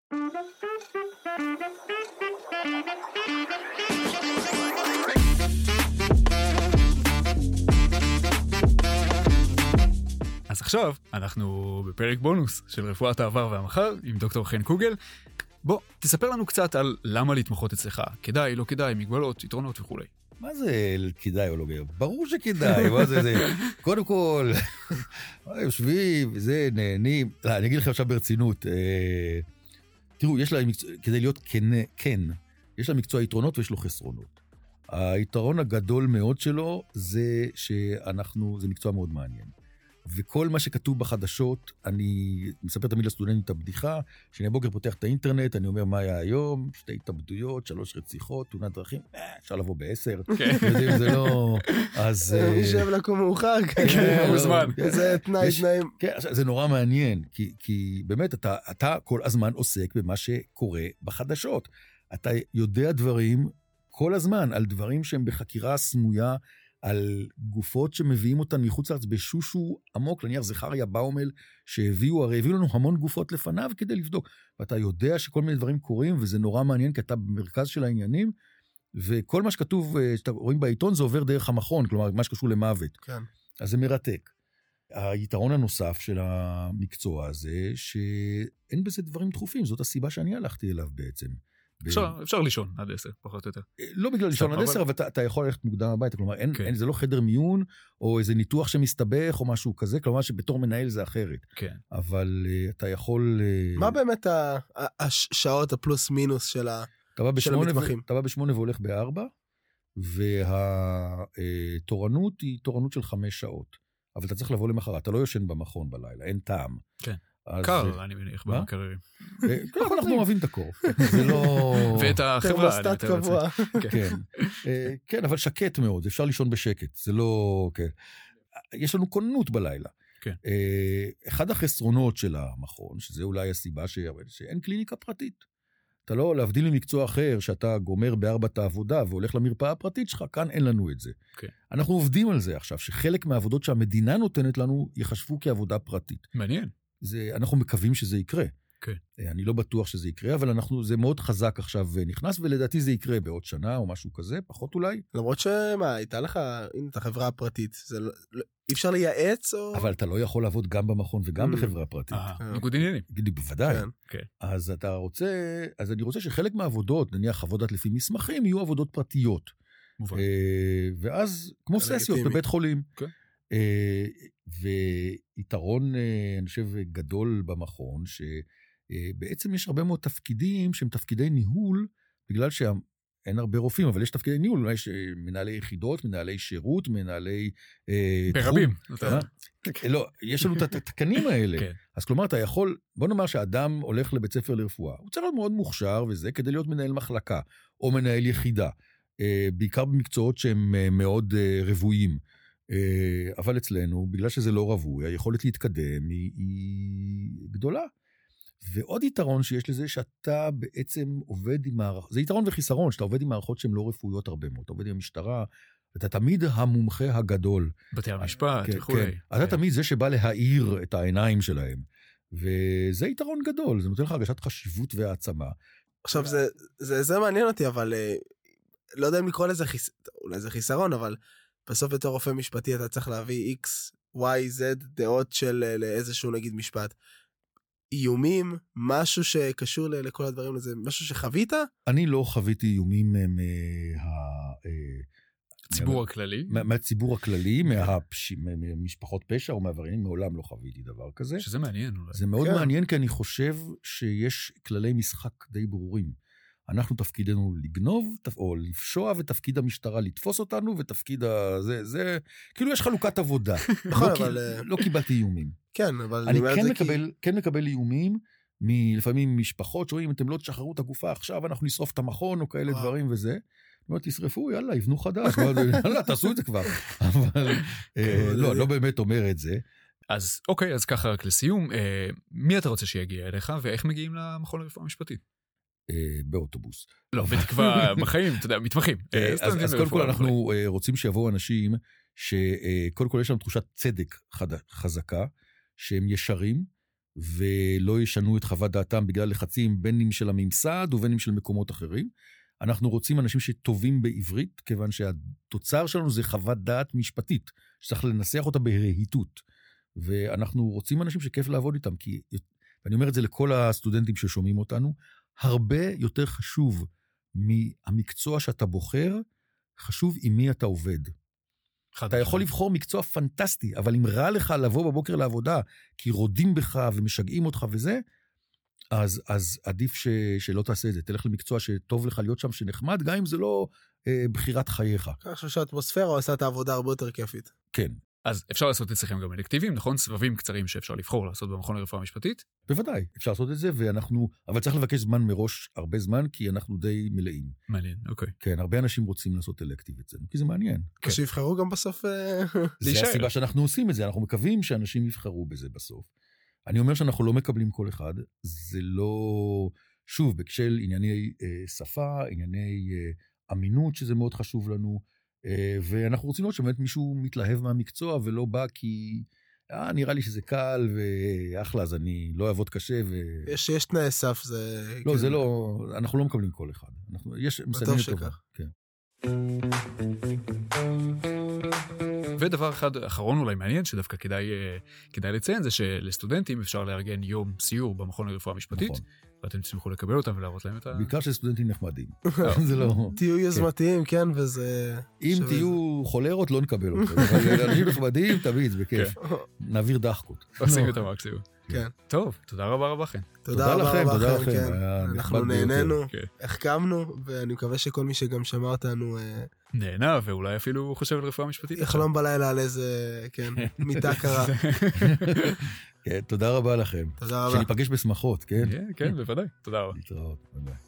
אז עכשיו אנחנו בפרק בונוס של רפואת העבר והמחר עם דוקטור חן קוגל. בוא, תספר לנו קצת על למה להתמחות אצלך. כדאי, לא כדאי, מגבלות, יתרונות וכו'. מה זה כדאי או לא כדאי? ברור שכדאי, מה זה? קודם כל, יושבים וזה, נהנים. אני אגיד לכם עכשיו ברצינות, תראו, יש לה, כדי להיות כן, יש לה מקצוע יתרונות ויש לו חסרונות. היתרון הגדול מאוד שלו זה זה מקצוע מאוד מעניין. וכל מה שכתוב בחדשות, אני מספר תמיד לסטודנטים את הבדיחה, שאני הבוקר פותח את האינטרנט, אני אומר מה היה היום, 2 התאבדויות, 3 רציחות, תאונת דרכים, אפשר לבוא ב10, יודעים, זה לא... אז... נשב לקום מאוחר, מוזמן. זה תנאים. כן, זה נורא מעניין, כי באמת אתה כל הזמן עוסק במה שקורה בחדשות. אתה יודע דברים כל הזמן, על דברים שהם בחקירה סמויה, על גופות שמביאים אותן מחוץ לארץ בשושו עמוק, נניח זכריה באומל, הרי הביאו לנו המון גופות לפניו כדי לבדוק, ואתה יודע שכל מיני דברים קורים, וזה נורא מעניין, כי אתה במרכז של העניינים, וכל מה שכתוב, שאתה רואים בעיתון, זה עובר דרך המכון, כלומר, מה שקשור למוות. כן. אז זה מרתק. היתרון הנוסף של המקצוע הזה, שאין בזה דברים דחופים, זאת הסיבה שאני הלכתי אליו בעצם. אפשר לישון עד 10, פחות או יותר. לא בגלל לישון עד 10, אבל אתה יכול ללכת מוקדם הביתה, כלומר, זה לא חדר מיון, או איזה ניתוח שמסתבך, או משהו כזה, כלומר שבתור מנהל זה אחרת. כן. אבל אתה יכול... מה באמת השעות הפלוס מינוס של המתמחים? אתה בא ב8 והולך ב4, והתורנות היא תורנות של 5 שעות. אבל אתה צריך לבוא למחרת, אתה לא יושן במכון בלילה, אין טעם. כן. קר, אני מניח, במקררים. ככה אנחנו אוהבים את הקור. זה לא... ואת החברה. תרמוסטט קבוע. כן, אבל שקט מאוד, אפשר לישון בשקט. זה לא... יש לנו כוננות בלילה. אחד החסרונות של המכון, שזה אולי הסיבה שאין קליניקה פרטית. אתה לא, להבדיל ממקצוע אחר, שאתה גומר ב4 את העבודה והולך למרפאה הפרטית שלך, כאן אין לנו את זה. אנחנו עובדים על זה עכשיו, שחלק מהעבודות שהמדינה נותנת לנו, יחשבו כעבודה פרטית. מעניין. אנחנו מקווים שזה יקרה. כן. אני לא בטוח שזה יקרה, אבל זה מאוד חזק עכשיו נכנס, ולדעתי זה יקרה בעוד שנה או משהו כזה, פחות אולי. למרות שמה, הייתה לך, הנה, את החברה הפרטית, אי אפשר לייעץ או... אבל אתה לא יכול לעבוד גם במכון וגם בחברה פרטית. ניגוד עניינים. בוודאי. אז אני רוצה שחלק מהעבודות, נניח עבודת לפי מסמכים, יהיו עבודות פרטיות. ואז, כמו ססיות בבית חולים. כן. ויתרון, אני חושב, גדול במכון, שבעצם יש הרבה מאוד תפקידים שהם תפקידי ניהול, בגלל שאין הרבה רופאים, אבל יש תפקידי ניהול, יש מנהלי יחידות, מנהלי שירות, מנהלי ברבים. לא, יש לנו את התקנים האלה. אז כלומר, אתה יכול, בוא נאמר שאדם הולך לבית ספר לרפואה, הוא צריך להיות מאוד מוכשר וזה, כדי להיות מנהל מחלקה, או מנהל יחידה, בעיקר במקצועות שהם מאוד רבויים. אבל אצלנו, בגלל שזה לא רבוי, היכולת להתקדם היא גדולה. ועוד יתרון שיש לזה, שאתה בעצם עובד עם מערכות, זה יתרון וחיסרון, שאתה עובד עם מערכות שהן לא רפואיות הרבה מאוד, אתה עובד עם המשטרה, אתה תמיד המומחה הגדול. בתי המשפט, וכו'. אתה תמיד זה שבא להאיר את העיניים שלהם, וזה יתרון גדול, זה נותן לך הרגשת חשיבות והעצמה. עכשיו, זה מעניין אותי, אבל לא יודע אם לקרוא לזה אולי זה חיסרון, אבל בסוף בתור רופא משפטי אתה צריך להביא X, Y, Z, דעות של איזשהו נגיד משפט. איומים, משהו שקשור לכל הדברים הזה, משהו שחווית? אני לא חוויתי איומים מהציבור הכללי? מהציבור הכללי, ממשפחות פשע או מעבריינים, מעולם לא חוויתי דבר כזה. שזה מעניין. זה מאוד מעניין, כי אני חושב שיש כללי משחק די ברורים. אנחנו תפקידנו לגנוב, או לפשוע, ותפקיד המשטרה לתפוס אותנו, ותפקיד זה, כאילו יש חלוקת עבודה. לא קיבלתי איומים. כן, אבל אני כן מקבל איומים, לפעמים משפחות שאומרים, אתם לא תשחררו את הגופה עכשיו, אנחנו נשרוף את המכון, או כאלה דברים וזה. לא, תשרפו, יאללה, יבנו חדש. יאללה, תעשו את זה כבר. אבל לא באמת אומר את זה. אז אוקיי, אז ככה רק לסיום, מי אתה רוצה שיגיע אליך, ואיך מגיעים למכון לרפואה משפטית? באוטובוס. לא, בתקווה בחיים, אתה יודע, מתמחים. אז קודם כל אנחנו רוצים שיבואו אנשים שקודם כל יש להם תחושת צדק חזקה, שהם ישרים, ולא ישנו את חוות דעתם בגלל לחצים בין אם של הממסד ובין אם של מקומות אחרים. אנחנו רוצים אנשים שטובים בעברית, כיוון שהתוצר שלנו זה חוות דעת משפטית, שצריך לנסח אותה ברהיטות. ואנחנו רוצים אנשים שכיף לעבוד איתם, כי, ואני אומר את זה לכל הסטודנטים ששומעים אותנו, הרבה יותר חשוב מהמקצוע שאתה בוחר, חשוב עם מי אתה עובד. אתה יכול לבחור מקצוע פנטסטי, אבל אם רע לך לבוא בבוקר לעבודה, כי רודים בך ומשגעים אותך וזה, אז עדיף שלא תעשה את זה. תלך למקצוע שטוב לך להיות שם, שנחמד, גם אם זה לא בחירת חייך. אני חושב שהאטמוספירה עושה את העבודה הרבה יותר כיפית. כן. אז אפשר לעשות אצלכם גם אלקטיביים, נכון? סבבים קצרים שאפשר לבחור לעשות במכון לרפואה משפטית? בוודאי, אפשר לעשות את זה, אבל צריך לבקש זמן מראש, הרבה זמן, כי אנחנו די מלאים. מעניין, אוקיי. כן, הרבה אנשים רוצים לעשות אלקטיב אצלנו, כי זה מעניין. אז שיבחרו גם בסוף... זה הסיבה שאנחנו עושים את זה, אנחנו מקווים שאנשים יבחרו בזה בסוף. אני אומר שאנחנו לא מקבלים כל אחד, זה לא... שוב, בשל ענייני שפה, ענייני אמינות, שזה מאוד חשוב לנו, ואנחנו רוצים לראות שבאמת מישהו מתלהב מהמקצוע, ולא בא כי נראה לי שזה קל, ואחלה, אז אני לא אעבוד קשה. יש תנאי סף, זה... לא, זה לא... אנחנו לא מקבלים כל אחד. יש מסיימים לטובה. כן. ודבר אחד אחרון אולי מעניין, שדווקא כדאי לציין, זה שלסטודנטים אפשר לארגן יום סיור במכון לרפואה משפטית, ואתם תשמחו לקבל אותם ולהראות להם את ה... בעיקר של סטודנטים נחמדים. זה לא... תהיו יוזמתיים, כן, וזה... אם תהיו חולרות, לא נקבל אותם. אבל אנשים נחמדים, תמיד, זה בכיף. נעביר דחקות. עושים את המקסימום. כן. טוב, תודה רבה לכם. תודה לכם. כן. אנחנו נהנינו, החכמנו, ואני מקווה שכל מי שגם שמע אותנו... נהנה, ואולי אפילו חושב על רפואה משפטית. יחלום בלילה על איזה, כן, מיטה קרה. כן, תודה רבה לכם. תודה רבה. שניפגש בשמחות, כן? כן, בוודאי. תודה רבה. להתראות.